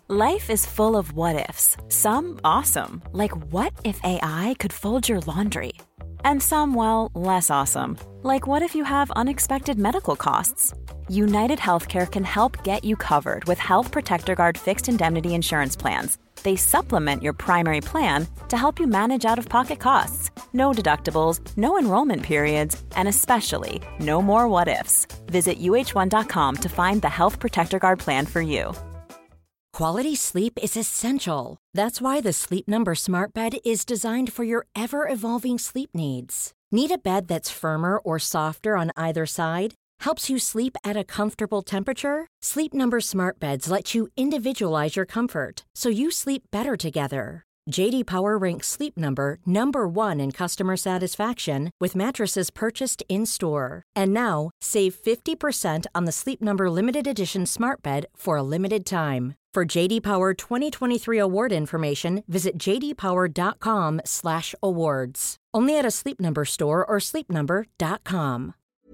Life is full of what-ifs. Some awesome, like what if AI could fold your laundry? And some, well, less awesome, like what if you have unexpected medical costs? United Healthcare can help get you covered with Health Protector Guard fixed indemnity insurance plans. They supplement your primary plan to help you manage out-of-pocket costs. No deductibles, no enrollment periods, and especially no more what-ifs. Visit uh1.com to find the Health Protector Guard plan for you. Quality sleep is essential. That's why the Sleep Number Smart Bed is designed for your ever-evolving sleep needs. Need a bed that's firmer or softer on either side? Helps you sleep at a comfortable temperature? Sleep Number Smart Beds let you individualize your comfort so you sleep better together. J.D. Power ranks Sleep Number number 1 in customer satisfaction with mattresses purchased in-store. And now, save 50% on the Sleep Number Limited Edition Smart Bed for a limited time. For J.D. Power 2023 award information, visit jdpower.com/awards. Only at a Sleep Number store or sleepnumber.com.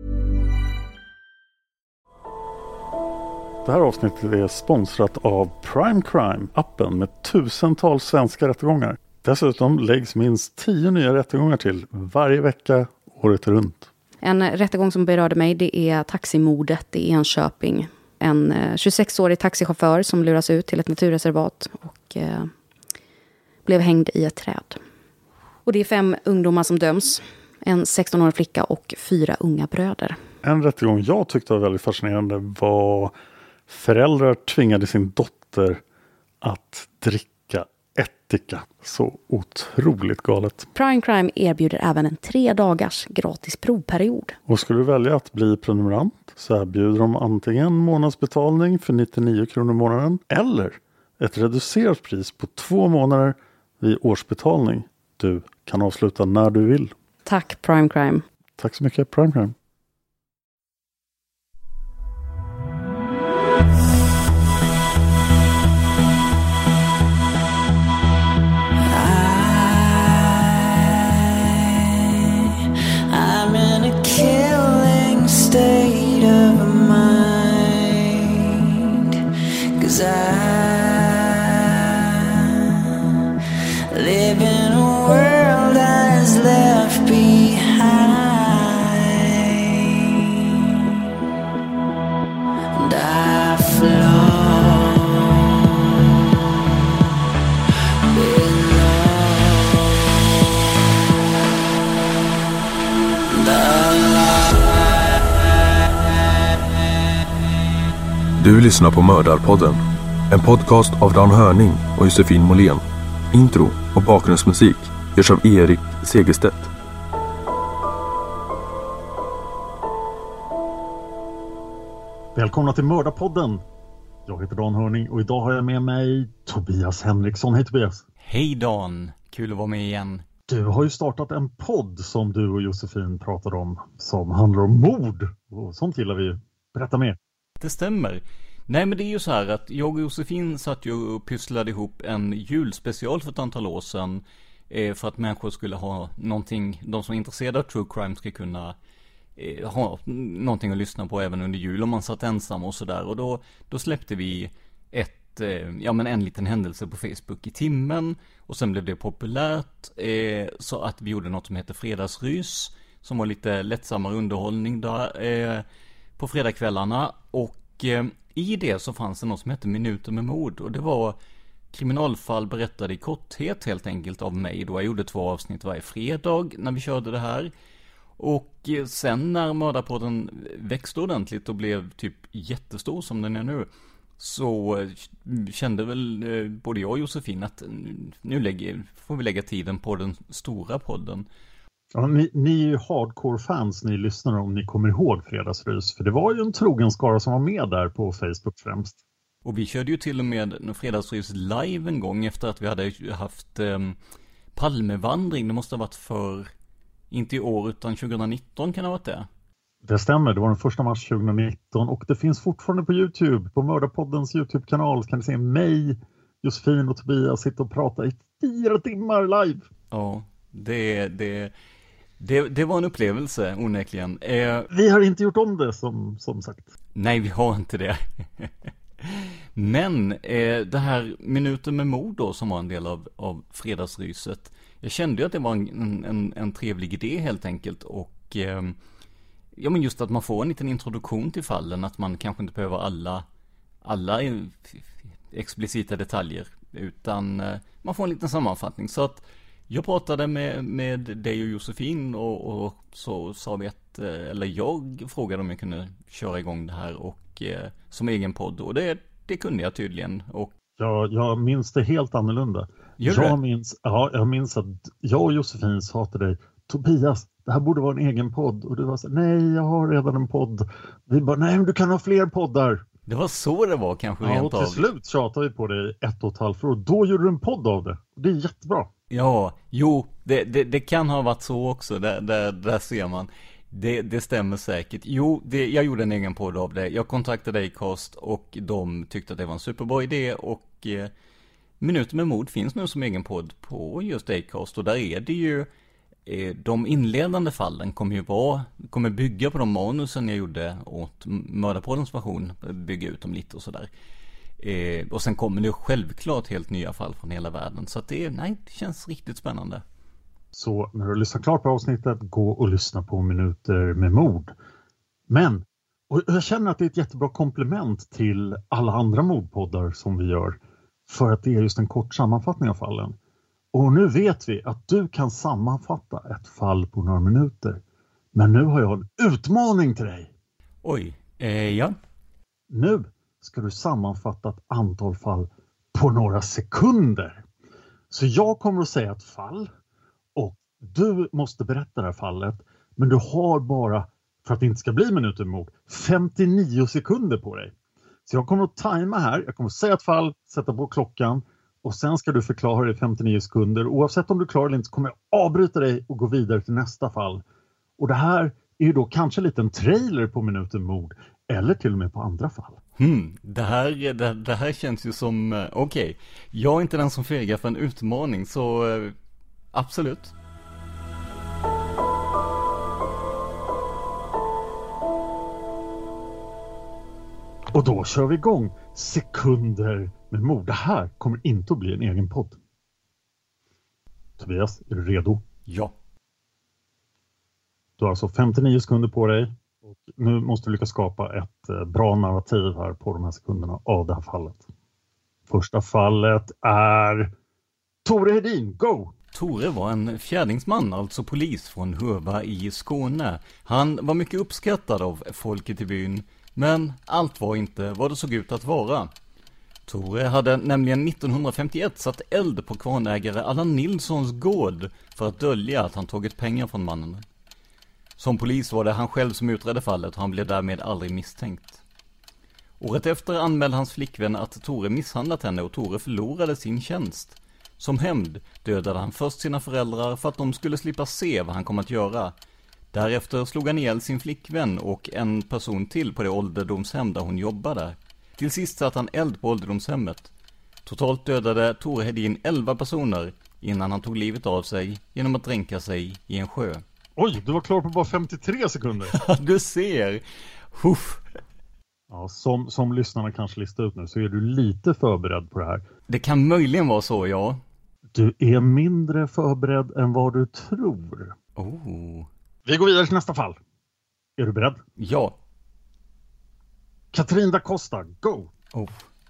Det här avsnittet är sponsrat av Prime Crime, appen med tusentals svenska rättegångar. Dessutom läggs minst 10 nya rättegångar till varje vecka, året runt. En rättegång som berörde mig, det är taximordet i Enköping. En 26-årig taxichaufför som luras ut till ett naturreservat och blev hängd i ett träd. Och det är 5 ungdomar som döms. En 16-årig flicka och 4 unga bröder. En rättegång jag tyckte var väldigt fascinerande var föräldrar tvingade sin dotter att dricka ättika. Så otroligt galet. Prime Crime erbjuder även en 3 dagars gratis provperiod. Och skulle du välja att bli prenumerant så erbjuder de antingen månadsbetalning för 99 kronor i månaden eller ett reducerat pris på 2 månader vid årsbetalning. Du kan avsluta när du vill. Tack Prime Crime. Tack så mycket Prime Crime. State of mind, 'cause I live in a world that is left behind, and I flow Du lyssnar på Mördarpodden, en podcast av Dan Hörning och Josefin Måhlén. Intro och bakgrundsmusik görs av Erik Segerstedt. Välkomna till Mördarpodden. Jag heter Dan Hörning och idag har jag med mig Tobias Henriksson. Hej Tobias. Hej Dan, kul att vara med igen. Du har ju startat en podd som du och Josefin pratade om som handlar om mord. Och sånt gillar vi ju. Berätta mer. Det stämmer. Nej men det är ju så här att jag och Josefin satt ju och pysslade ihop en julspecial för ett antal år sedan. För att människor skulle ha någonting, de som är intresserade av true crime ska kunna ha någonting att lyssna på även under jul om man satt ensam och sådär. Och då släppte vi en liten händelse på Facebook i timmen. Och sen blev det populärt så att vi gjorde något som heter Fredagsrys. Som var lite lättsammare underhållning där på fredagskvällarna. Och i det så fanns det något som hette Minuter med mord. Och det var kriminalfall berättade i korthet helt enkelt av mig. Då jag gjorde 2 avsnitt varje fredag när vi körde det här. Och sen när Mördarpodden växte ordentligt och blev typ jättestor som den är nu, så kände väl både jag och Josefin att nu får vi lägga tiden på den stora podden. Ja, ni är ju hardcore-fans, ni lyssnar om ni kommer ihåg Fredagsrys. För det var ju en trogen skara som var med där på Facebook främst. Och vi körde ju till och med en Fredagsrys live en gång efter att vi hade haft Palmevandring. Det måste ha varit för, inte i år utan 2019 kan det ha varit det. Det stämmer, det var den 1 mars 2019 och det finns fortfarande på YouTube. På Mördarpoddens YouTube-kanal kan ni se mig, Josefin och Tobias sitta och prata i 4 timmar live. Ja, det var en upplevelse onekligen. Vi har inte gjort om det som sagt. Nej, vi har inte det. Men det här minuten med mord då, som var en del av fredagsryset. Jag kände ju att det var en trevlig idé helt enkelt. Och ja, men just att man får en liten introduktion till fallen. Att man kanske inte behöver alla explicita detaljer. Utan man får en liten sammanfattning. Så att jag pratade med dig och Josefin och så sa vi att, eller jag frågade om jag kunde köra igång det här och som egen podd. Och det kunde jag tydligen. Och Ja, jag minns det helt annorlunda. Jag minns att jag och Josefin sa till dig, Tobias, det här borde vara en egen podd. Och du var så, nej, jag har redan en podd. Vi bara, nej, men du kan ha fler poddar. Det var så det var kanske rent av. Och till slut tjatade vi på det i 1,5 år. Då gjorde du en podd av det. Det är jättebra. Ja, jo, det kan ha varit så också. Där ser man. Det stämmer säkert. Jo, jag gjorde en egen podd av det. Jag kontaktade Acast och de tyckte att det var en superbra idé. Och Minuter med mord finns nu som egen podd på just Acast. Och där är det ju de inledande fallen kommer bygga på de manusen jag gjorde åt Mördarpoddens version, bygga ut dem lite och sådär. Och sen kommer det självklart helt nya fall från hela världen. Så att det känns riktigt spännande. Så när du lyssnar klart på avsnittet, gå och lyssna på Minuter med mord. Men, och jag känner att det är ett jättebra komplement till alla andra mordpoddar som vi gör. För att det är just en kort sammanfattning av fallen. Och nu vet vi att du kan sammanfatta ett fall på några minuter. Men nu har jag en utmaning till dig. Oj, ja. Nu ska du sammanfatta ett antal fall på några sekunder. Så jag kommer att säga ett fall och du måste berätta det här fallet. Men du har bara, för att det inte ska bli minuter med mord, 59 sekunder på dig. Så jag kommer att tajma här, jag kommer att säga ett fall, sätta på klockan och sen ska du förklara det i 59 sekunder. Oavsett om du klarar eller inte så kommer jag avbryta dig och gå vidare till nästa fall. Och det här är ju då kanske en liten trailer på minuter med mord eller till och med på andra fall. Det här känns ju som, okej. Jag är inte den som fegar för en utmaning, så absolut. Och då kör vi igång sekunder med mord. Det här kommer inte att bli en egen podd. Tobias, är du redo? Ja. Du har alltså 59 sekunder på dig. Och nu måste du lyckas skapa ett bra narrativ här på de här sekunderna av det här fallet. Första fallet är Tore Hedin. Go! Tore var en fjärdingsman, alltså polis från Höva i Skåne. Han var mycket uppskattad av folket i byn, men allt var inte vad det såg ut att vara. Tore hade nämligen 1951 satt eld på kvarnägare Allan Nilssons gård för att dölja att han tagit pengar från mannen. Som polis var det han själv som utredde fallet och han blev därmed aldrig misstänkt. Året efter anmälde hans flickvän att Tore misshandlat henne och Tore förlorade sin tjänst. Som hämnd dödade han först sina föräldrar för att de skulle slippa se vad han kom att göra. Därefter slog han ihjäl sin flickvän och en person till på det ålderdomshem där hon jobbade. Till sist satt han eld på ålderdomshemmet. Totalt dödade Tore Hedin 11 personer innan han tog livet av sig genom att dränka sig i en sjö. Oj, du var klar på bara 53 sekunder. Du ser. Huff. Ja, som lyssnarna kanske listar ut nu så är du lite förberedd på det här. Det kan möjligen vara så, ja. Du är mindre förberedd än vad du tror. Oh. Vi går vidare till nästa fall. Är du beredd? Ja. Katrin da Costa, go! Oh.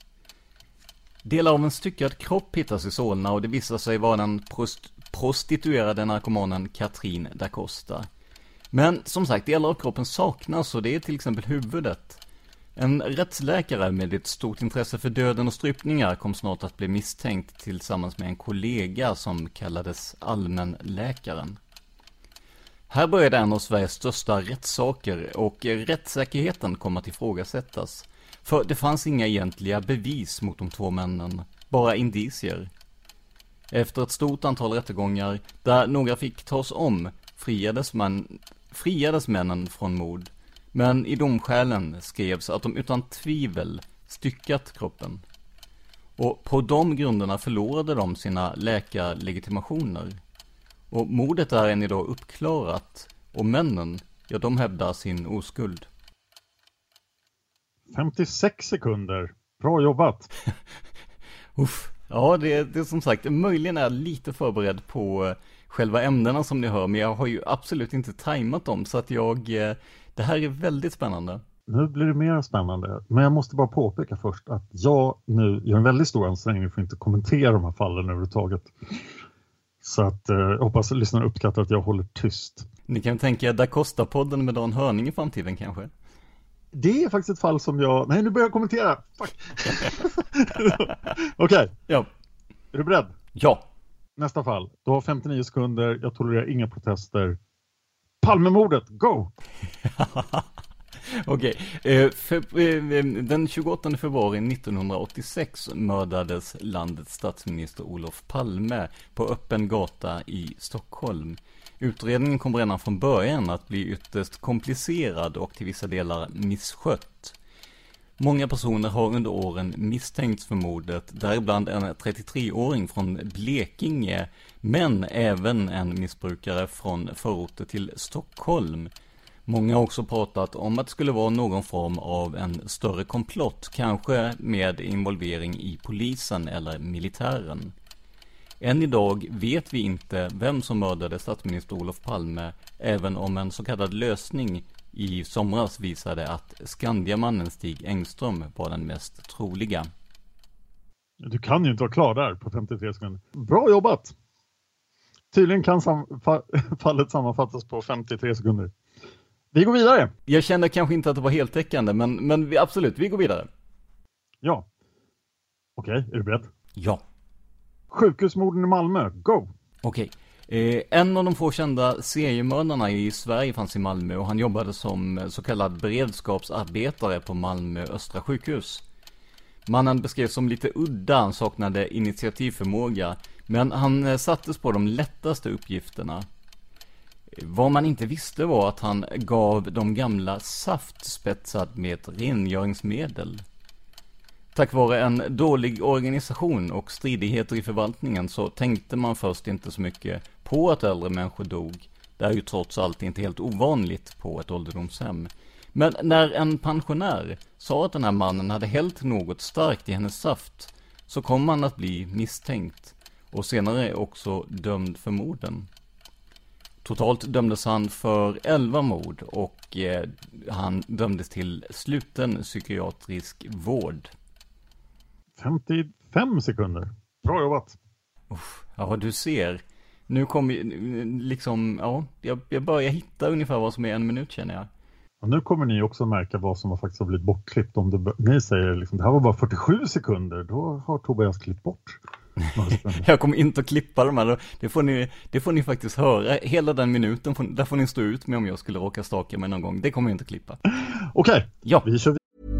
Delar av en styckad kropp hittas i Solna och det visar sig vara den prostituerade narkomanen Katrin da Costa. Men som sagt, delar av kroppen saknas och det är till exempel huvudet. En rättsläkare med ett stort intresse för döden och strypningar kom snart att bli misstänkt tillsammans med en kollega som kallades allmänläkaren. Här började en av Sveriges största rättssaker och rättssäkerheten kom att ifrågasättas. För det fanns inga egentliga bevis mot de två männen, bara indicier. Efter ett stort antal rättegångar där några fick tas om friades männen från mord. Men i domskälen skrevs att de utan tvivel styckat kroppen. Och på de grunderna förlorade de sina läkarlegitimationer. Och mordet är än idag uppklarat och männen, de hävdar sin oskuld. 56 sekunder. Bra jobbat! Uff. Ja, det är som sagt, möjligen är jag lite förberedd på själva ämnena som ni hör, men jag har ju absolut inte tajmat dem, så att det här är väldigt spännande. Nu blir det mer spännande, men jag måste bara påpeka först att jag nu gör en väldigt stor ansträngning för att inte kommentera de här fallen överhuvudtaget. Så att jag hoppas att lyssnarna uppskattar att jag håller tyst. Ni kan tänka Da Costa-podden med Dan Hörning i framtiden kanske? Det är faktiskt ett fall som jag... Nej, nu börjar jag kommentera! Fuck! Okej. Ja. Är du beredd? Ja. Nästa fall. Du har 59 sekunder. Jag tolererar inga protester. Palmemordet, go! Okej. Den 28 februari 1986 mördades landets statsminister Olof Palme på öppen gata i Stockholm. Utredningen kom redan från början att bli ytterst komplicerad och till vissa delar misskött. Många personer har under åren misstänkts för mordet, däribland en 33-åring från Blekinge, men även en missbrukare från förorter till Stockholm. Många har också pratat om att det skulle vara någon form av en större komplott, kanske med involvering i polisen eller militären. Än idag vet vi inte vem som mördade statsminister Olof Palme, även om en så kallad lösning i somras visade att Skandiamannen Stig Engström var den mest troliga. Du kan ju inte vara klar där på 53 sekunder. Bra jobbat! Tydligen kan fallet sammanfattas på 53 sekunder. Vi går vidare. Jag kände kanske inte att det var heltäckande, men absolut, vi går vidare. Ja. Okej, är du beredd? Ja. Sjukhusmorden i Malmö, go! Okej. En av de få kända seriemördarna i Sverige fanns i Malmö och han jobbade som så kallad beredskapsarbetare på Malmö Östra sjukhus. Mannen beskrevs som lite udda, han saknade initiativförmåga, men han sattes på de lättaste uppgifterna. Vad man inte visste var att han gav de gamla saft spetsad med ett rengöringsmedel. Tack vare en dålig organisation och stridigheter i förvaltningen så tänkte man först inte så mycket på att äldre människor dog. Det är ju trots allt inte helt ovanligt på ett ålderdomshem. Men när en pensionär sa att den här mannen hade hällt något starkt i hennes saft så kom han att bli misstänkt och senare också dömd för morden. Totalt dömdes han för 11 mord och han dömdes till sluten psykiatrisk vård. 55 sekunder. Bra jobbat. Ja, du ser. Nu kommer liksom, ja, jag börjar hitta ungefär vad som är 1 minut känner jag. Och nu kommer ni också märka vad som faktiskt har blivit bortklippt. Om ni säger liksom, det här var bara 47 sekunder, då har Tobias klippt bort. Jag kommer inte att klippa de här. Det får ni faktiskt höra. Hela den minuten, där får ni stå ut med om jag skulle råka staka mig någon gång. Det kommer jag inte att klippa. Okej, ja. Vi kör.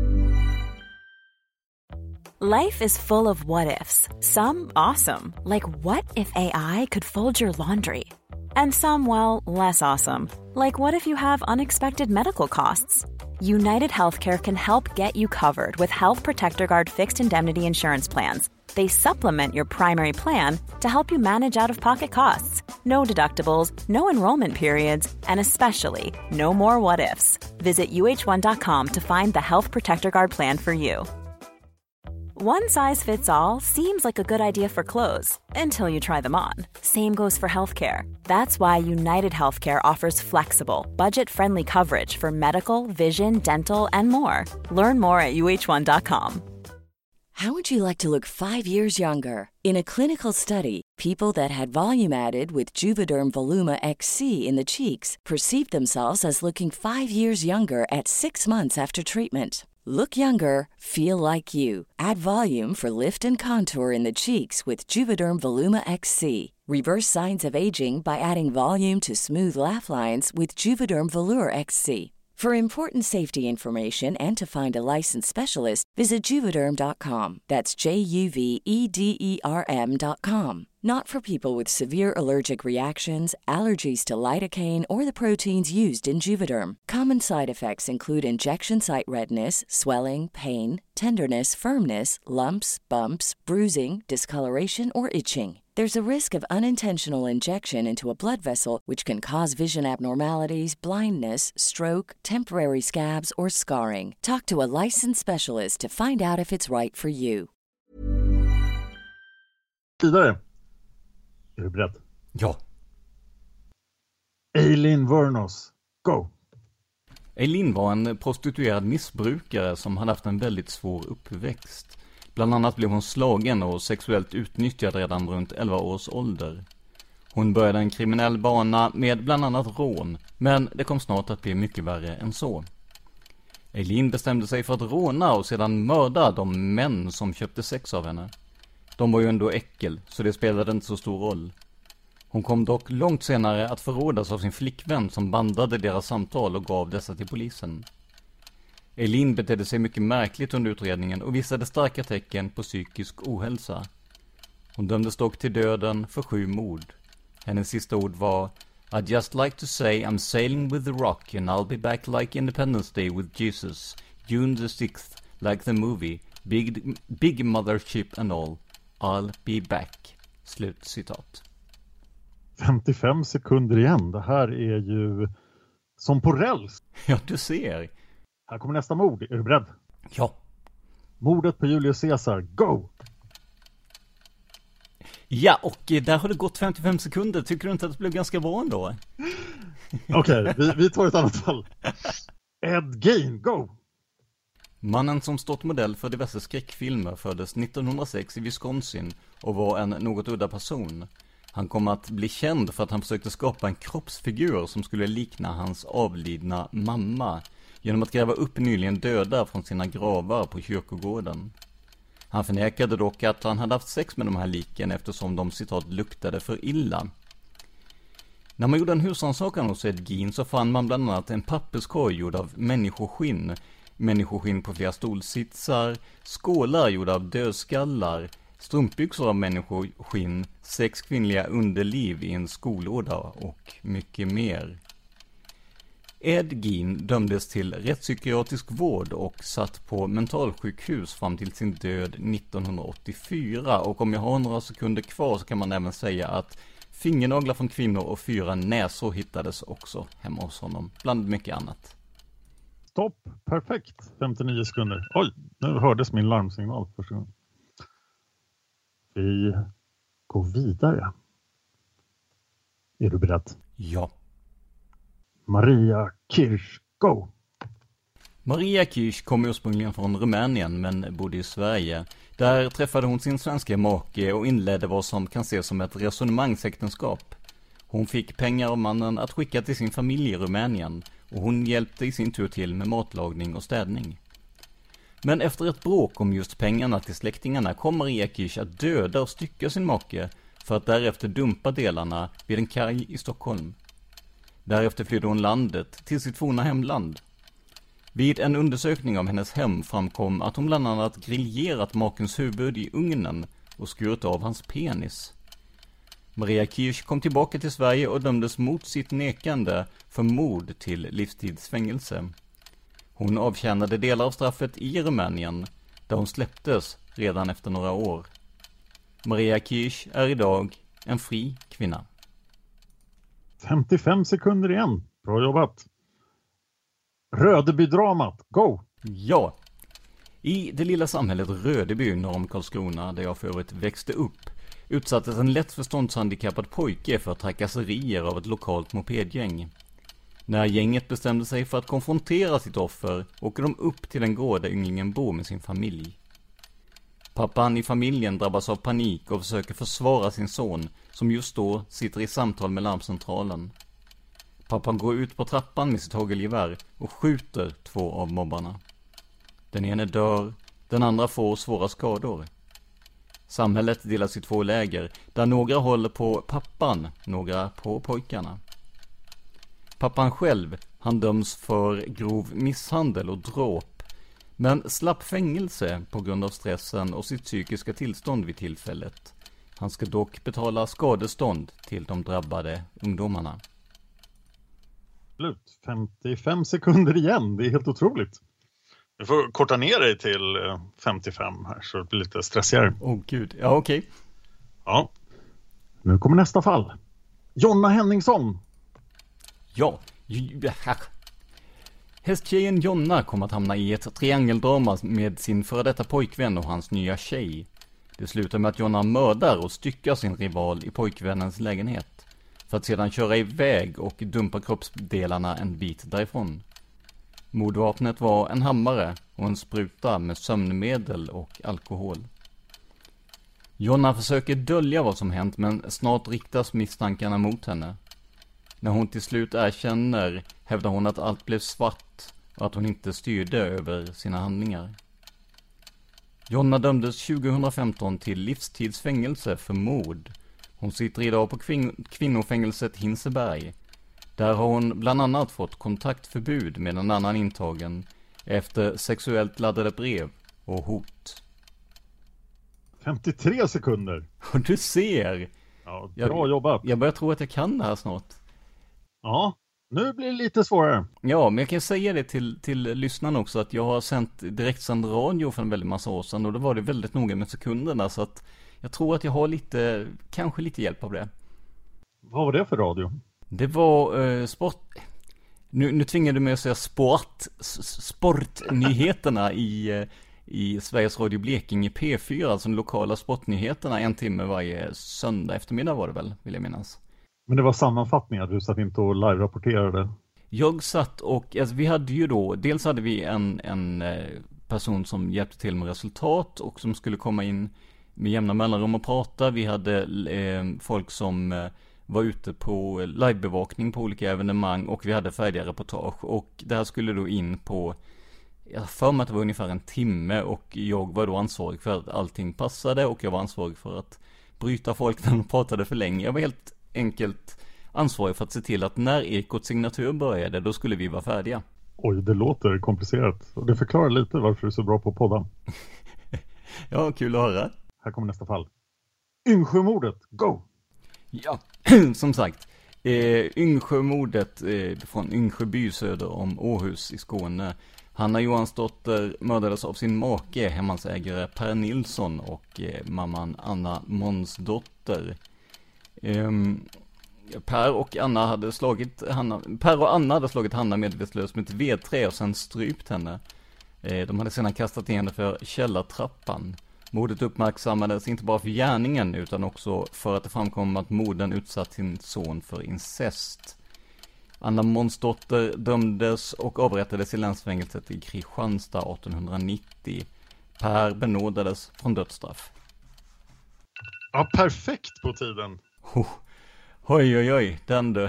Life is full of what-ifs. Some awesome, like what if AI could fold your laundry? And some, well, less awesome, like what if you have unexpected medical costs? United Healthcare can help get you covered with Health Protector Guard fixed indemnity insurance plans. They supplement your primary plan to help you manage out-of-pocket costs. No deductibles, no enrollment periods, and especially no more what-ifs. Visit uh1.com to find the Health Protector Guard plan for you. One size fits all seems like a good idea for clothes until you try them on. Same goes for healthcare. That's why United Healthcare offers flexible, budget-friendly coverage for medical, vision, dental, and more. Learn more at uh1.com. How would you like to look 5 years younger? In a clinical study, people that had volume added with Juvederm Voluma XC in the cheeks perceived themselves as looking 5 years younger at 6 months after treatment. Look younger, feel like you. Add volume for lift and contour in the cheeks with Juvederm Voluma XC. Reverse signs of aging by adding volume to smooth laugh lines with Juvederm Volure XC. For important safety information and to find a licensed specialist, visit Juvederm.com. That's JUVEDERM.com. Not for people with severe allergic reactions, allergies to lidocaine, or the proteins used in Juvederm. Common side effects include injection site redness, swelling, pain, tenderness, firmness, lumps, bumps, bruising, discoloration, or itching. There's a risk of unintentional injection into a blood vessel, which can cause vision abnormalities, blindness, stroke, temporary scabs, or scarring. Talk to a licensed specialist to find out if it's right for you. Vidare. Är du beredd? Ja. Eileen Wuornos. Go! Eileen var en prostituerad missbrukare som hade haft en väldigt svår uppväxt. Bland annat blev hon slagen och sexuellt utnyttjad redan runt 11 års ålder. Hon började en kriminell bana med bland annat rån, men det kom snart att bli mycket värre än så. Eileen bestämde sig för att råna och sedan mörda de män som köpte sex av henne. De var ju ändå äckel, så det spelade inte så stor roll. Hon kom dock långt senare att förrådas av sin flickvän som bandade deras samtal och gav dessa till polisen. Eileen betedde sig mycket märkligt under utredningen och visade starka tecken på psykisk ohälsa. Hon dömdes dock till döden för 7 mord. Hennes sista ord var: I'd just like to say I'm sailing with the rock and I'll be back like Independence Day with Jesus, June the 6th, like the movie, big mothership and all. I'll be back. Slut citat. 55 sekunder igen. Det här är ju som på räls. Ja, du ser. Här kommer nästa mord. Är du beredd? Ja. Mordet på Julius Caesar. Go! Ja, och där har det gått 55 sekunder. Tycker du inte att det blev ganska bra ändå? Okej, vi tar ett annat fall. Ed Gein. Go! Mannen som stått modell för diverse skräckfilmer föddes 1906 i Wisconsin och var en något udda person. Han kom att bli känd för att han försökte skapa en kroppsfigur som skulle likna hans avlidna mamma genom att gräva upp nyligen döda från sina gravar på kyrkogården. Han förnekade dock att han hade haft sex med de här liken eftersom de citat luktade för illa. När man gjorde en husrannsakan hos Ed Gein så fann man bland annat en papperskorg gjord av människoskinn på flera stolsitsar, skålar gjorda av dödskallar, strumpbyxor av människoskinn, 6 kvinnliga underliv i en skolåda och mycket mer. Ed Gein dömdes till rättspsykiatrisk vård och satt på mentalsjukhus fram till sin död 1984. Och om jag har några sekunder kvar så kan man även säga att fingernaglar från kvinnor och 4 näsor hittades också hemma hos honom, bland mycket annat. Stopp, perfekt. 59 sekunder. Oj, nu hördes min larmsignal första gången. Vi går vidare. Är du beredd? Ja. Maria Kirsch, go! Maria Kirsch kom ursprungligen från Rumänien men bodde i Sverige. Där träffade hon sin svenska make och inledde vad som kan ses som ett resonemangsäktenskap. Hon fick pengar av mannen att skicka till sin familj i Rumänien och hon hjälpte i sin tur till med matlagning och städning. Men efter ett bråk om just pengarna till släktingarna kom Maria Kirsch att döda och stycka sin make för att därefter dumpa delarna vid en kaj i Stockholm. Därefter flydde hon landet till sitt forna hemland. Vid en undersökning av hennes hem framkom att hon bland annat griljerat makens huvud i ugnen och skurit av hans penis. Maria Kirsch kom tillbaka till Sverige och dömdes mot sitt nekande för mord till livstidsfängelse. Hon avtjänade delar av straffet i Rumänien, där hon släpptes redan efter några år. Maria Kirsch är idag en fri kvinna. 55 sekunder igen. Bra jobbat. Rödeby-dramat. Go! Ja. I det lilla samhället Rödeby norr om Karlskrona, där jag för övrigt växte upp, utsattes en lätt förståndshandikappad pojke för trakasserier av ett lokalt mopedgäng. När gänget bestämde sig för att konfrontera sitt offer åker de upp till den gård där ynglingen bor med sin familj. Pappan i familjen drabbas av panik och försöker försvara sin son som just då sitter i samtal med larmcentralen. Pappan går ut på trappan med sitt hagelgevär och skjuter 2 av mobbarna. Den ene dör, den andra får svåra skador. Samhället delas i 2 läger där några håller på pappan, några på pojkarna. Pappan själv, han döms för grov misshandel och dråp, men slapp fängelse på grund av stressen och sitt psykiska tillstånd vid tillfället. Han ska dock betala skadestånd till de drabbade ungdomarna. Slut. 55 sekunder igen. Det är helt otroligt. Du får korta ner dig till 55 här så det blir lite stressigare. Åh gud, ja okej. Ja. Nu kommer nästa fall. Jonna Henningsson. Ja, hästtjejen Jonna kommer att hamna i ett triangeldrama med sin före detta pojkvän och hans nya tjej. Det slutar med att Jonna mördar och styckar sin rival i pojkvännens lägenhet, för att sedan köra iväg och dumpa kroppsdelarna en bit därifrån. Mordvapnet var en hammare och en spruta med sömnmedel och alkohol. Jonna försöker dölja vad som hänt, men snart riktas misstankarna mot henne. När hon till slut erkänner hävdar hon att allt blev svart och att hon inte styrde över sina handlingar. Jonna dömdes 2015 till livstidsfängelse för mord. Hon sitter idag på kvinnofängelset Hinseberg. Där har hon bland annat fått kontaktförbud med en annan intagen efter sexuellt laddade brev och hot. 53 sekunder. Och du ser. Ja, bra jobbat. Jag börjar tro att jag kan det här snart. Ja, nu blir det lite svårare. Ja, men jag kan säga det till lyssnarna också, att jag har sänt direktsänd radio för en väldigt massa år sedan, och då var det väldigt noga med sekunderna, så att jag tror att jag har kanske lite hjälp av det. Vad var det för radio? Det var sport... Nu tvingar du mig att säga sportnyheterna i Sveriges Radio Blekinge P4, alltså de lokala sportnyheterna, 1 timme varje söndag eftermiddag var det väl, vill jag minnas. Men det var sammanfattningar, du satt inte och live-rapporterade? Jag satt och, alltså vi hade ju då, dels hade vi en person som hjälpte till med resultat och som skulle komma in med jämna mellanrum och prata. Vi hade folk som var ute på livebevakning på olika evenemang, och vi hade färdiga reportage, och det här skulle då in på, jag för mig att det var ungefär 1 timme, och jag var då ansvarig för att allting passade, och jag var ansvarig för att bryta folk när de pratade för länge. Jag var helt enkelt ansvarig för att se till att när Ekots signatur började, då skulle vi vara färdiga. Oj, det låter komplicerat. Och det förklarar lite varför du är så bra på podden. Ja, kul att höra. Här kommer nästa fall. Yngsjömordet, go! Ja, som sagt. Yngsjömordet från Yngsjöby söder om Åhus i Skåne. Hanna Johansdotter mördades av sin make, hemmansägare Per Nilsson, och mamman Anna Månsdotter. Per och Anna hade slagit Hanna medvetslös med ett vedträ och sen strypt henne. De hade sedan kastat in henne för källartrappan. Mordet uppmärksammades inte bara för gärningen utan också för att det framkom att modern utsatt sin son för incest. Anna Månsdotter dömdes och avrättades i länsfängelset i Kristianstad 1890. Per benådades från dödsstraff. Ja, perfekt på tiden. Oj, den du.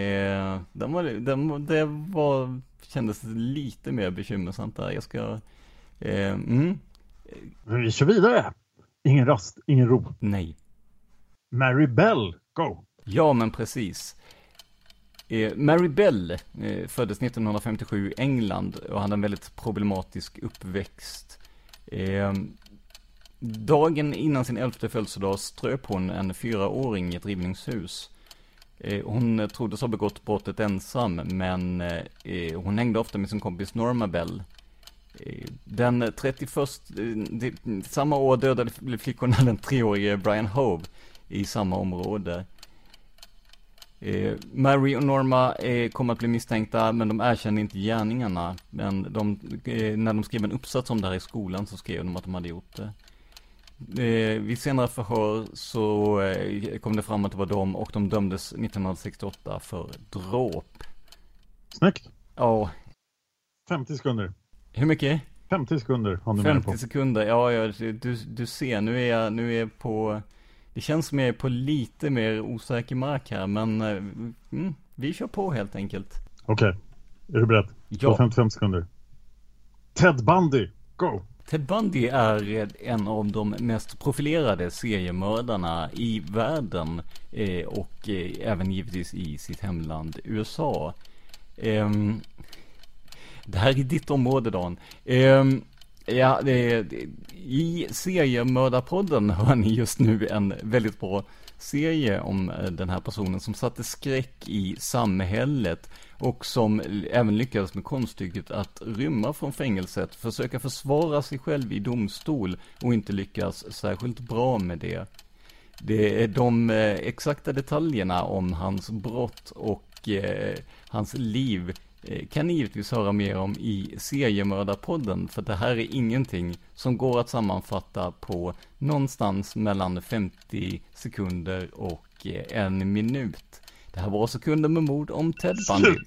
Kändes lite mer bekymmersamt där. Jag ska... Vi kör vidare. Ingen rast, ingen ro. Nej. Mary Bell, go. Ja, men precis. Mary Bell föddes 1957 i England och hade en väldigt problematisk uppväxt. Dagen innan sin 11:e födelsedag ströp hon en 4-åring i ett rivningshus. Hon troddes ha begått brottet ensam, men hon hängde ofta med sin kompis Norma Bell. Den 31, samma år dödade flickorna den 3-årige Brian Hove i samma område. Mary och Norma kom att bli misstänkta, men de erkände inte gärningarna. Men när de skrev en uppsats om det här i skolan så skrev de att de hade gjort det. Vid senare förhör så kom det fram att det var de, och de dömdes 1968 för dråp. Snyggt. Ja. 50 sekunder. Hur mycket? 50 sekunder har du 50 sekunder, ja du ser, nu är jag på... Det känns som jag är på lite mer osäker mark här, men vi kör på helt enkelt. Okej, är du beredd? Ja. 55 sekunder. Ted Bundy, go! Ted Bundy är en av de mest profilerade seriemördarna i världen, och även givetvis i sitt hemland USA. Det här är ditt område, Dan. I seriemördarpodden hör ni just nu en väldigt bra serie om den här personen som satte skräck i samhället och som även lyckades med konststycket att rymma från fängelset, försöka försvara sig själv i domstol och inte lyckas särskilt bra med det. Det är de exakta detaljerna om hans brott och hans liv kan ni givetvis höra mer om i Seriemördarpodden, för det här är ingenting som går att sammanfatta på någonstans mellan 50 sekunder och 1 minut. Det här var Sekunder med mord om Ted Bundy.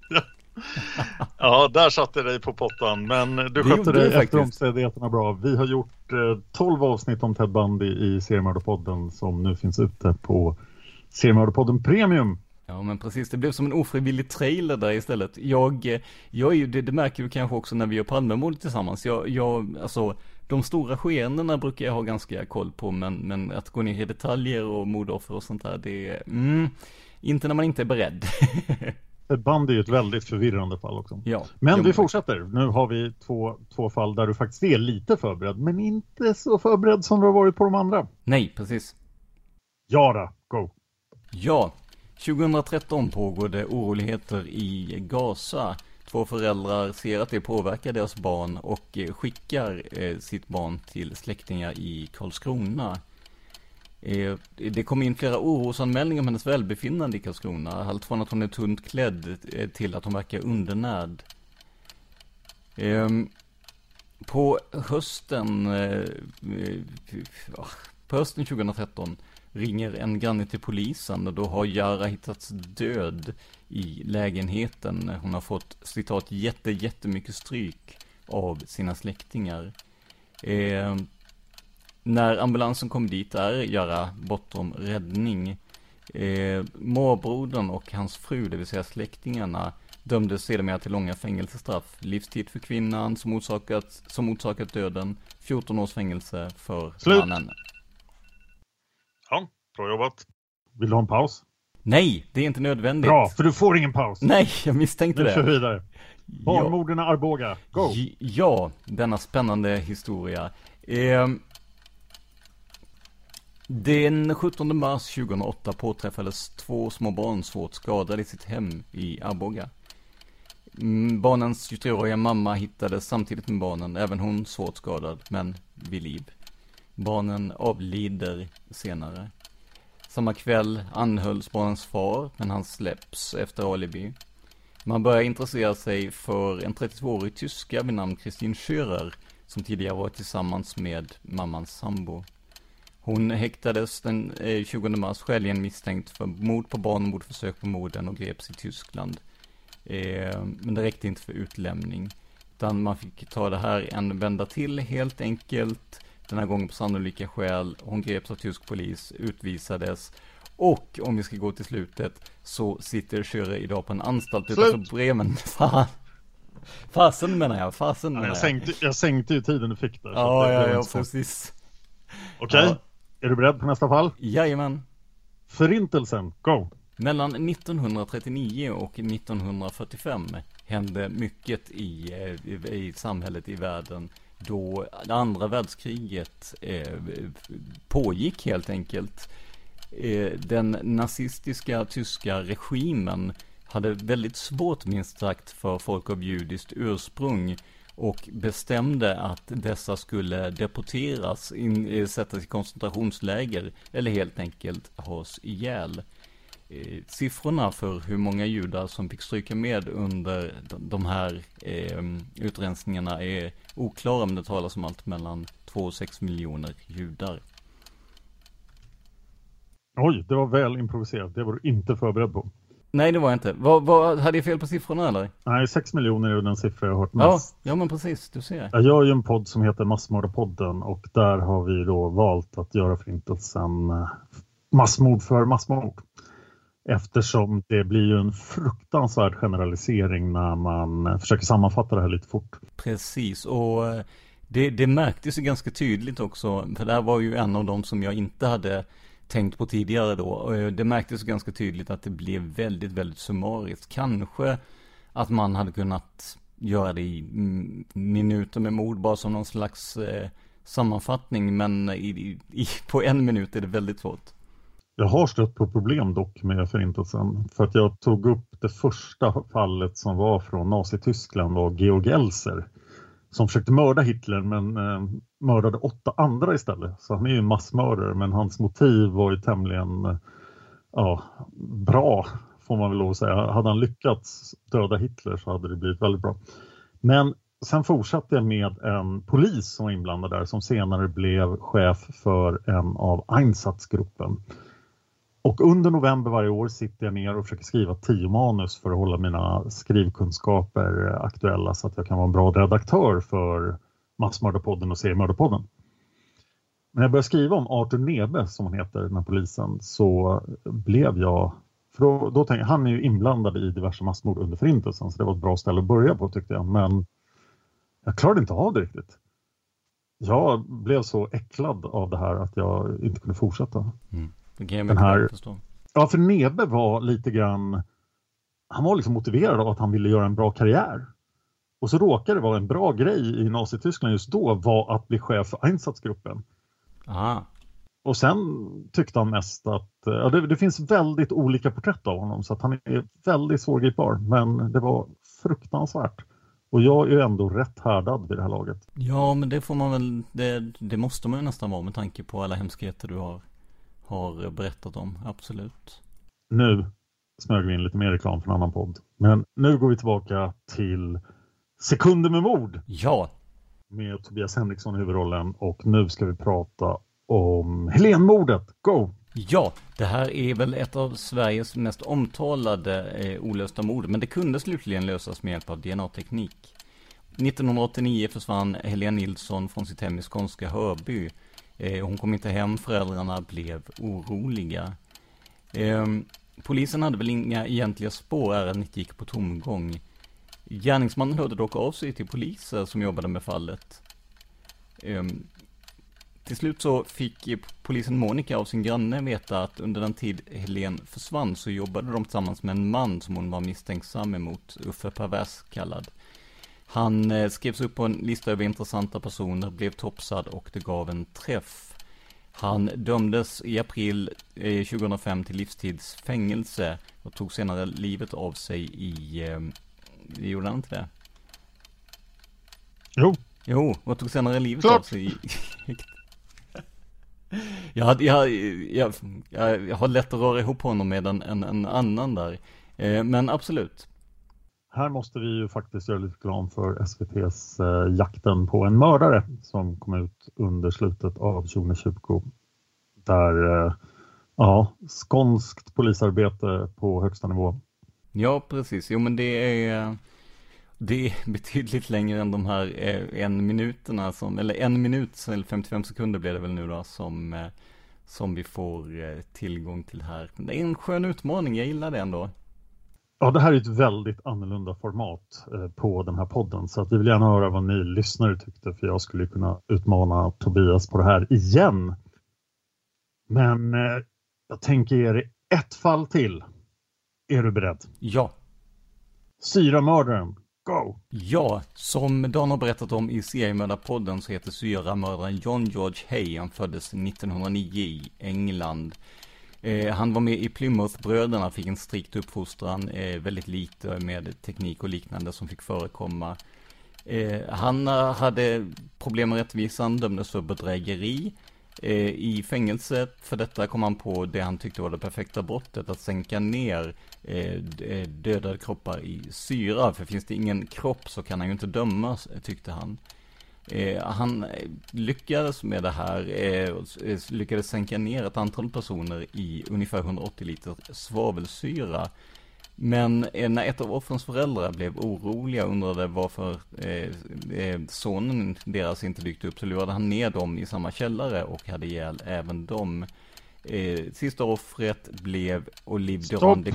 Ja, där satte dig på pottan, men du skötte dig efter omständigheterna bra. Vi har gjort 12 avsnitt om Ted Bundy i Seriemördarpodden som nu finns ute på Seriemördarpodden Premium. Ja, men precis, det blev som en ofrivillig trailer där istället. Jag är ju, det märker vi kanske också när vi gör Palmemordet tillsammans. Alltså, de stora skeendena brukar jag ha ganska koll på, men att gå ner i detaljer och mordoffer och sånt där, det är inte när man inte är beredd. Ett band är ju ett väldigt förvirrande fall också. Ja, men vi fortsätter. Nu har vi två fall där du faktiskt är lite förberedd, men inte så förberedd som du har varit på de andra. Nej, precis. Jara, go! Ja, 2013 pågår det oroligheter i Gaza. 2 föräldrar ser att det påverkar deras barn och skickar sitt barn till släktingar i Karlskrona. Det kom in flera orosanmälningar om hennes välbefinnande i Karlskrona. Allt från att hon är tunt klädd till att hon verkar undernärd. På hösten 2013 ringer en granne till polisen och då har Jara hittats död i lägenheten. Hon har fått, citat, jättemycket stryk av sina släktingar. När ambulansen kom dit är Jara bortom räddning. Morbrodern och hans fru, det vill säga släktingarna, dömdes sedermera till långa fängelsestraff. Livstid för kvinnan som orsakat döden, 14 års fängelse för mannen. Ja, bra jobbat. Vill du ha en paus? Nej, det är inte nödvändigt. Bra, för du får ingen paus. Nej, jag misstänkte det. Nu kör vi vidare. Barnmorden i Arboga, go! Ja, denna spännande historia. Den 17 mars 2008 påträffades 2 små barn svårt skadade i sitt hem i Arboga. Barnens 23-åriga mamma hittades samtidigt med barnen, även hon svårt skadad, men vid liv. Barnen avlider senare. Samma kväll anhölls barnens far, men han släpps efter alibi. Man börjar intressera sig för en 32-årig tyska vid namn Christine Schörer, som tidigare varit tillsammans med mammans sambo. Hon häktades den 20 mars skäligen misstänkt för mord på barn och mordförsök på morden och greps i Tyskland. Men det räckte inte för utlämning. Utan man fick ta det här en vända till helt enkelt. Den här gången på sannolika skäl. Hon greps av tysk polis, utvisades. Och om vi ska gå till slutet så sitter Schörer idag på en anstalt utanför Bremen. Fasen menar jag. Jag sänkte ju tiden du fick där. Ja, precis. Okej, ja. Är du beredd på nästa fall? Jajamän. Förintelsen, go! Mellan 1939 och 1945 hände mycket i samhället i världen då det andra världskriget pågick helt enkelt. Den nazistiska tyska regimen hade väldigt svårt minst sagt för folk av judiskt ursprung och bestämde att dessa skulle deporteras, sättas i koncentrationsläger eller helt enkelt has ihjäl. Siffrorna för hur många judar som fick stryka med under de här utrensningarna är oklara, men det talas om allt mellan 2 och 6 miljoner judar. Oj, det var väl improviserat. Det var du inte förberedd på. Nej, det var jag inte. Vad hade jag fel på siffrorna eller? Nej, 6 miljoner är den siffra jag har hört mest. Ja, men precis, du ser. Jag gör ju en podd som heter Massmördarpodden och där har vi då valt att göra förintelsen massmord för massmord. Eftersom det blir ju en fruktansvärd generalisering när man försöker sammanfatta det här lite fort. Precis, och det märktes ju ganska tydligt också, för det här var ju en av dem som jag inte hade tänkt på tidigare då. Och det märktes ganska tydligt att det blev väldigt, väldigt summariskt. Kanske att man hade kunnat göra det i minuter med mord bara som någon slags sammanfattning, men på 1 minut är det väldigt svårt. Jag har stött på problem dock med förintelsen, för att jag tog upp det första fallet som var från Nazityskland och Georg Elser, som försökte mörda Hitler men mördade 8 andra istället. Så han är ju en massmördare, men hans motiv var ju tämligen bra, får man väl lov att säga. Hade han lyckats döda Hitler så hade det blivit väldigt bra. Men sen fortsatte jag med en polis som var inblandad där, som senare blev chef för en av Einsatzgruppen. Och under november varje år sitter jag ner och försöker skriva 10 manus för att hålla mina skrivkunskaper aktuella, så att jag kan vara en bra redaktör för Massmördarpodden och Seriemördarpodden. När jag började skriva om Arthur Nebe, som han heter, den här polisen, så blev jag... För då tänkte jag, han är ju inblandad i diverse massmord under Förintelsen, så det var ett bra ställe att börja på, tyckte jag. Men jag klarade inte av det riktigt. Jag blev så äcklad av det här att jag inte kunde fortsätta. Det kan jag mycket förstå. Ja, för Nebe var lite grann... Han var liksom motiverad av att han ville göra en bra karriär. Och så råkade det vara en bra grej i Nazityskland just då var att bli chef för Einsatzgruppen. Aha. Och sen tyckte han mest att... det finns väldigt olika porträtt av honom, så att han är väldigt svårgripbar. Men det var fruktansvärt. Och jag är ju ändå rätt härdad vid det här laget. Ja, men det får man väl... Det måste man ju nästan vara med tanke på alla hemskheter du har berättat om. Absolut. Nu smög vi in lite mer reklam för en annan podd. Men nu går vi tillbaka till Sekunder med mord. Ja. Med Tobias Henriksson i huvudrollen. Och nu ska vi prata om Helénmordet. Go! Ja, det här är väl ett av Sveriges mest omtalade olösta mord. Men det kunde slutligen lösas med hjälp av DNA-teknik. 1989 försvann Helene Nilsson från sitt hem i skånska Hörby. Hon kom inte hem, föräldrarna blev oroliga. Polisen hade väl inga egentliga spår, ärendet gick på tomgång. Gärningsmannen hörde dock av sig till poliser som jobbade med fallet. Till slut så fick polisen Monica av sin granne veta att under den tid Helene försvann så jobbade de tillsammans med en man som hon var misstänksam emot, Uffe Pervers kallad. Han skrevs upp på en lista över intressanta personer, blev topsad och det gav en träff. Han dömdes i april 2005 till livstidsfängelse och tog senare livet av sig gjorde han inte det? Jo, och tog senare livet av sig i... Jag har lätt att röra ihop honom med en annan där. Men absolut. Här måste vi ju faktiskt göra lite reklam för SVT:s Jakten på en mördare som kom ut under slutet av 2020. Där, skånskt polisarbete på högsta nivå. Ja, precis. Jo, men det är betydligt längre än de här 1 minuterna eller 1 minut eller 55 sekunder blir det väl nu då som vi får tillgång till här. Det är en skön utmaning, jag gillar det ändå. Ja, det här är ett väldigt annorlunda format på den här podden, så att vi vill gärna höra vad ni lyssnare tyckte, för jag skulle kunna utmana Tobias på det här igen. Men jag tänker ge er ett fall till. Är du beredd? Ja. Syramördaren. Go! Ja, som Dan har berättat om i Seriemördarpodden så heter syramördaren John George Hay. Han föddes 1909 i England. Han var med i Plymouth-bröderna, fick en strikt uppfostran, väldigt lite med teknik och liknande som fick förekomma. Han hade problem med rättvisan, dömdes för bedrägeri. I fängelse för detta kom han på det han tyckte var det perfekta brottet, att sänka ner dödade kroppar i syra. För finns det ingen kropp så kan han ju inte dömas, tyckte han. Han lyckades med det här, lyckades sänka ner ett antal personer i ungefär 180 liter svavelsyra. Men när ett av offrens föräldrar blev oroliga, undrade varför sonen deras inte dykt upp, så lurade han ner dem i samma källare och hade ihjäl även dem. Sista offret blev Olive Durand.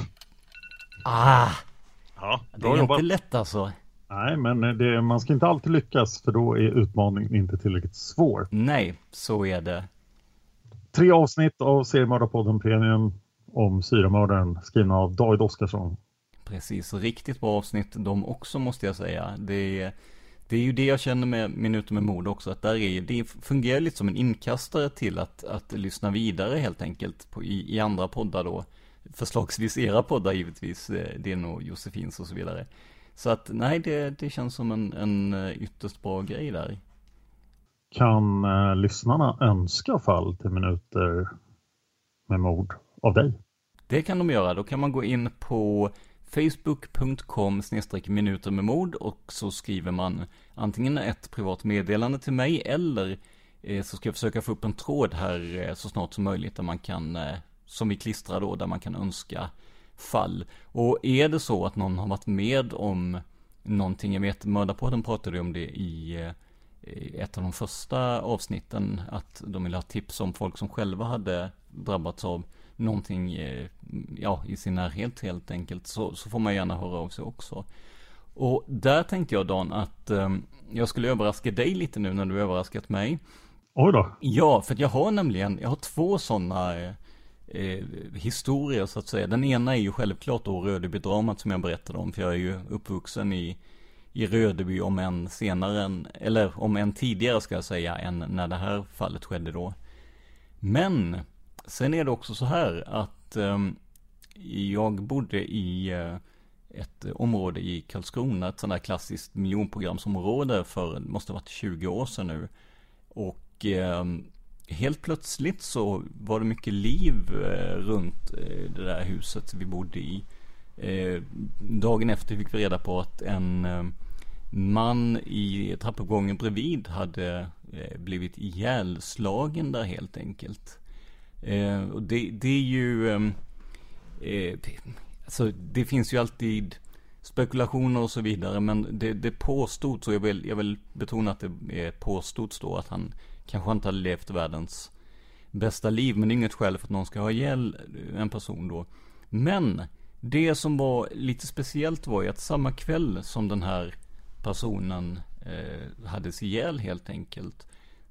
Ja, det är inte lätt alltså. Nej, men man ska inte alltid lyckas, för då är utmaningen inte tillräckligt svår. Nej, så är det. 3 avsnitt av Seriemördarpodden Premium om syramördaren, skrivna av David Oskarsson. Precis, riktigt bra avsnitt de också, måste jag säga. Det är ju det jag känner med Minuter med mord också, att det fungerar lite som en inkastare till att lyssna vidare helt enkelt i andra poddar då. Förslagsvis era poddar givetvis, det är nog Josefins och så vidare. Så att nej, det känns som en ytterst bra grej där. Kan lyssnarna önska fall till minuter med mord av dig? Det kan de göra. Då kan man gå in på facebook.com/minuter med mord och så skriver man antingen ett privat meddelande till mig eller så ska jag försöka få upp en tråd här så snart som möjligt där man kan, som vi klistrar då, där man kan önska fall. Och är det så att någon har varit med om någonting, jag vet, Mördarpodden pratade om det i ett av de första avsnitten, att de ville ha tips om folk som själva hade drabbats av någonting i sin närhet helt enkelt, så får man gärna höra av sig också. Och där tänkte jag, Dan, att jag skulle överraska dig lite nu när du överraskat mig. Oj då. Ja, för att jag har 2 sådana historier så att säga. Den ena är ju självklart då Rödeby-dramat som jag berättade om, för jag är ju uppvuxen i Rödeby om en tidigare ska jag säga, än när det här fallet skedde då. Men sen är det också så här att jag bodde i ett område i Karlskrona, ett sånt där klassiskt miljonprogramsområde för, måste ha varit 20 år sedan nu. Och helt plötsligt så var det mycket liv runt det där huset vi bodde i. Dagen efter fick vi reda på att en man i trappuppgången bredvid hade blivit ihjälslagen där helt enkelt. Och det är ju alltså det finns ju alltid spekulationer och så vidare, men det påstods, så jag vill betona att det är påstods då att han kanske inte hade levt världens bästa liv, men det är inget skäl för att någon ska ha ihjäl en person då. Men det som var lite speciellt var ju att samma kväll som den här personen hade sig ihjäl helt enkelt,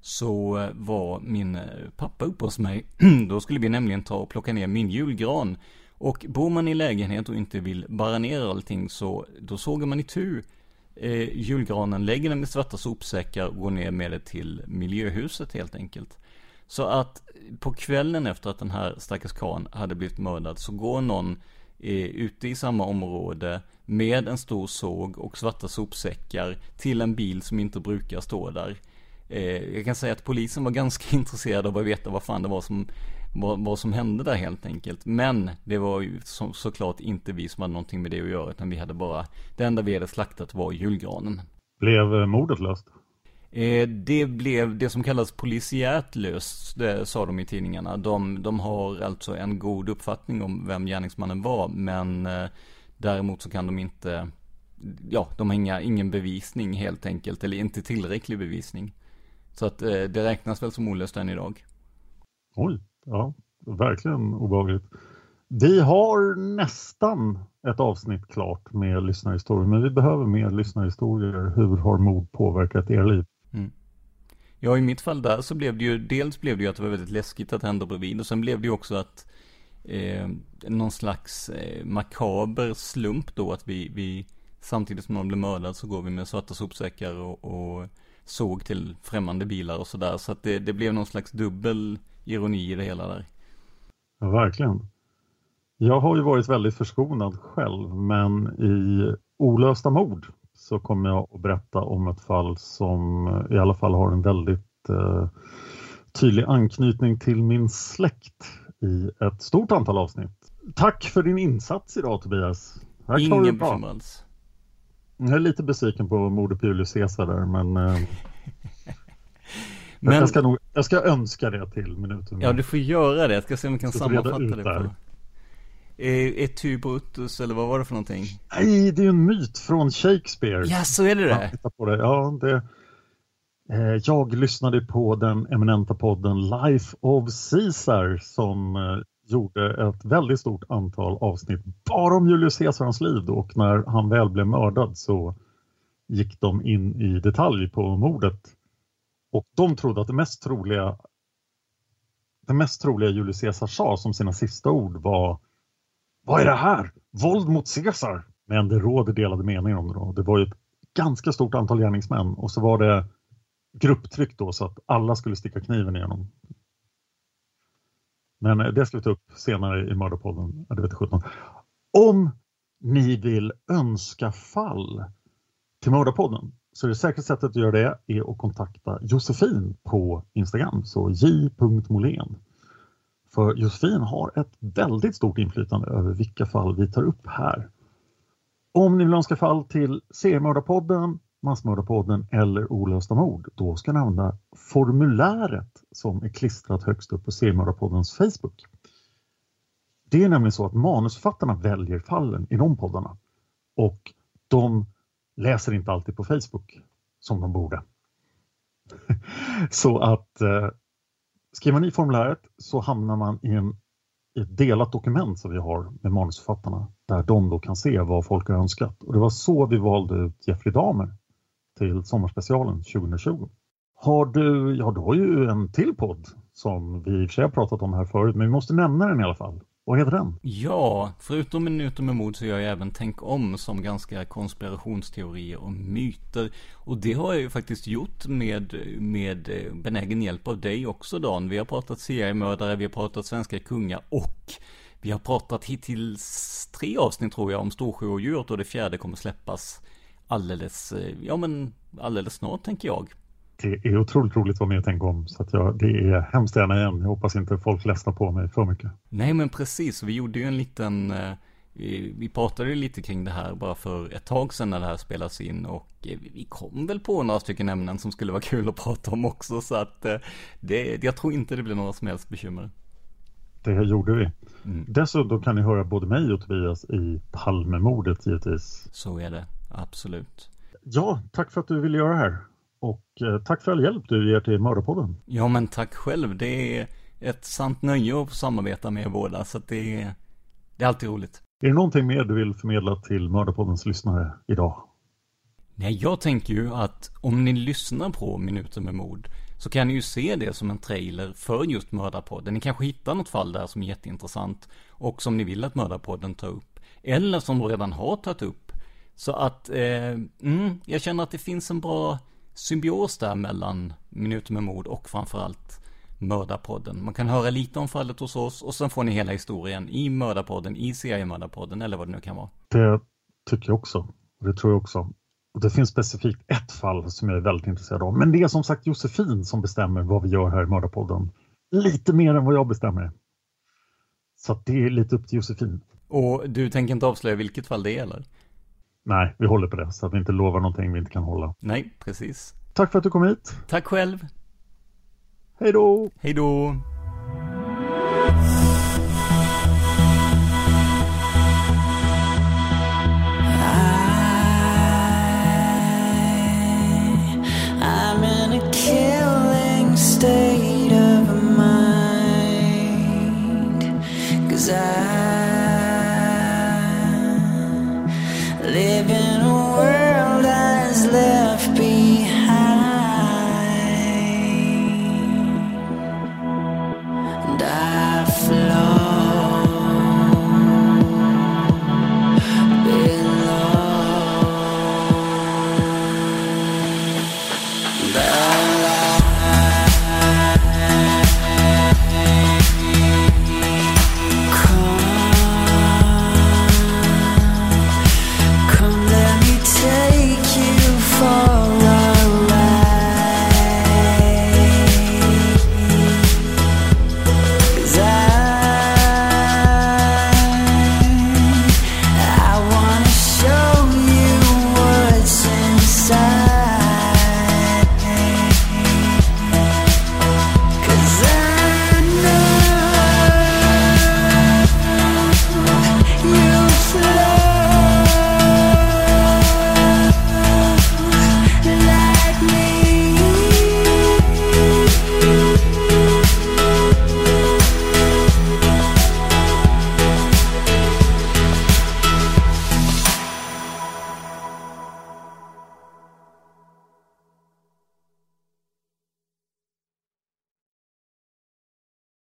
så var min pappa uppe hos mig. Då skulle vi nämligen ta och plocka ner min julgran. Och bor man i lägenhet och inte vill barra ner allting, så då sågar man itu julgranen, lägger den i svarta sopsäckar och går ner med det till miljöhuset helt enkelt. Så att på kvällen efter att den här stackars karln hade blivit mördad, så går någon ute i samma område med en stor såg och svarta sopsäckar till en bil som inte brukar stå där. Jag kan säga att polisen var ganska intresserad av att veta vad fan det var vad som hände där helt enkelt. Men det var ju såklart inte vi som hade någonting med det att göra, utan vi hade bara, det enda vi hade slaktat var julgranen. Blev mordet löst? Det blev det som kallas polisiärt löst, det sa de i tidningarna. De har alltså en god uppfattning om vem gärningsmannen var, men däremot så kan de inte, de har ingen bevisning helt enkelt, eller inte tillräcklig bevisning. Så att det räknas väl som olöst än idag. Oj, ja, verkligen obehagligt. Vi har nästan ett avsnitt klart med lyssnarhistorier, men vi behöver mer lyssnarhistorier. Hur har mord påverkat er liv? Mm. Ja, i mitt fall där så blev det ju, dels blev det ju att det var väldigt läskigt att hända bredvid, och sen blev det ju också att någon slags makaber slump då, att vi samtidigt som någon blev mördad så går vi med svarta sopsäckar och såg till främmande bilar och sådär, så att det blev någon slags dubbel ironi i det hela där. Ja, verkligen. Jag har ju varit väldigt förskonad själv, men i olösta mord så kommer jag att berätta om ett fall som i alla fall har en väldigt tydlig anknytning till min släkt i ett stort antal avsnitt. Tack för din insats idag, Tobias. Ingen bekymmer alls. Jag är lite besviken på mordet på Julius Caesar där, men jag ska önska det till minuten. Ja, du får göra det. Jag ska se om vi kan sammanfatta det på. Etu Brutus, eller vad var det för någonting? Nej, det är en myt från Shakespeare. Ja, så är det. Jag lyssnade på den eminenta podden Life of Caesar som gjorde ett väldigt stort antal avsnitt bara om Julius Caesars liv, och när han väl blev mördad så gick de in i detalj på mordet, och de trodde att det mest troliga Julius Caesar sa som sina sista ord var: vad är det här? Våld mot Caesar! Men det råder delade meningar om det då. Det var ju ett ganska stort antal gärningsmän, och så var det grupptryck då så att alla skulle sticka kniven igenom. Men det ska vi ta upp senare i Mördarpodden. Det vet 17. Om ni vill önska fall till Mördarpodden, så det säkert sättet att göra det är att kontakta Josefin på Instagram, så j.molén. För Josefin har ett väldigt stort inflytande över vilka fall vi tar upp här. Om ni vill önska fall till Seriemördarpodden, Massmördarpodden eller Olösta mord, då ska ni använda formuläret som är klistrat högst upp på Seriemördarpoddens Facebook. Det är nämligen så att manusförfattarna väljer fallen i de poddarna. Och de läser inte alltid på Facebook som de borde. Så att skriver man i formuläret så hamnar man i ett delat dokument som vi har med manusförfattarna. Där de då kan se vad folk har önskat. Och det var så vi valde ut Jeffrey Dahmer till sommarspecialen 2020. Du har ju en till podd som vi i och för sig har pratat om här förut, men vi måste nämna den i alla fall. Vad heter den? Ja, förutom Minuter med mod så gör jag även Tänk om som ganska konspirationsteorier och myter. Och det har jag ju faktiskt gjort med benägen hjälp av dig också, Dan. Vi har pratat seriemördare, vi har pratat svenska kungar och vi har pratat hittills 3 avsnitt tror jag om Storsjöodjuret, och det 4:e kommer släppas alldeles snart tänker jag. Det är otroligt roligt att vara med och tänka om, så att det är hemskt gärna igen. Jag hoppas inte folk ledsnar på mig för mycket. Nej men precis, vi gjorde ju en liten, vi pratade ju lite kring det här bara för ett tag sedan när det här spelas in, och vi kom väl på några stycken ämnen som skulle vara kul att prata om också, så att jag tror inte det blir några som helst bekymmer. Det gjorde vi. Dessutom kan ni höra både mig och Tobias i Palmemordet givetvis. Så är det, absolut. Ja, tack för att du ville göra det här. Och tack för all hjälp du ger till Mördarpodden. Ja men tack själv, det är ett sant nöje att samarbeta med er båda, så att det är alltid roligt. Är det någonting mer du vill förmedla till Mördarpoddens lyssnare idag? Nej, jag tänker ju att om ni lyssnar på Minuter med mod så kan ni ju se det som en trailer för just Mördarpodden. Ni kanske hittar något fall där som är jätteintressant och som ni vill att Mördarpodden tar upp, eller som de redan har tagit upp. Så att jag känner att det finns en bra symbios där mellan Minuter med mod och framförallt Mördarpodden. Man kan höra lite om fallet hos oss och sen får ni hela historien i Mördarpodden, i seriemördarpodden eller vad det nu kan vara. Det tycker jag också. Och det tror jag också. Och det finns specifikt ett fall som jag är väldigt intresserad av. Men det är som sagt Josefin som bestämmer vad vi gör här i Mördarpodden. Lite mer än vad jag bestämmer. Så att det är lite upp till Josefin. Och du tänker inte avslöja vilket fall det är eller? Nej, vi håller på det så att vi inte lovar någonting vi inte kan hålla. Nej, precis. Tack för att du kom hit. Tack själv. Hej då. Hej då. I'm in a killing state of mind, 'cause I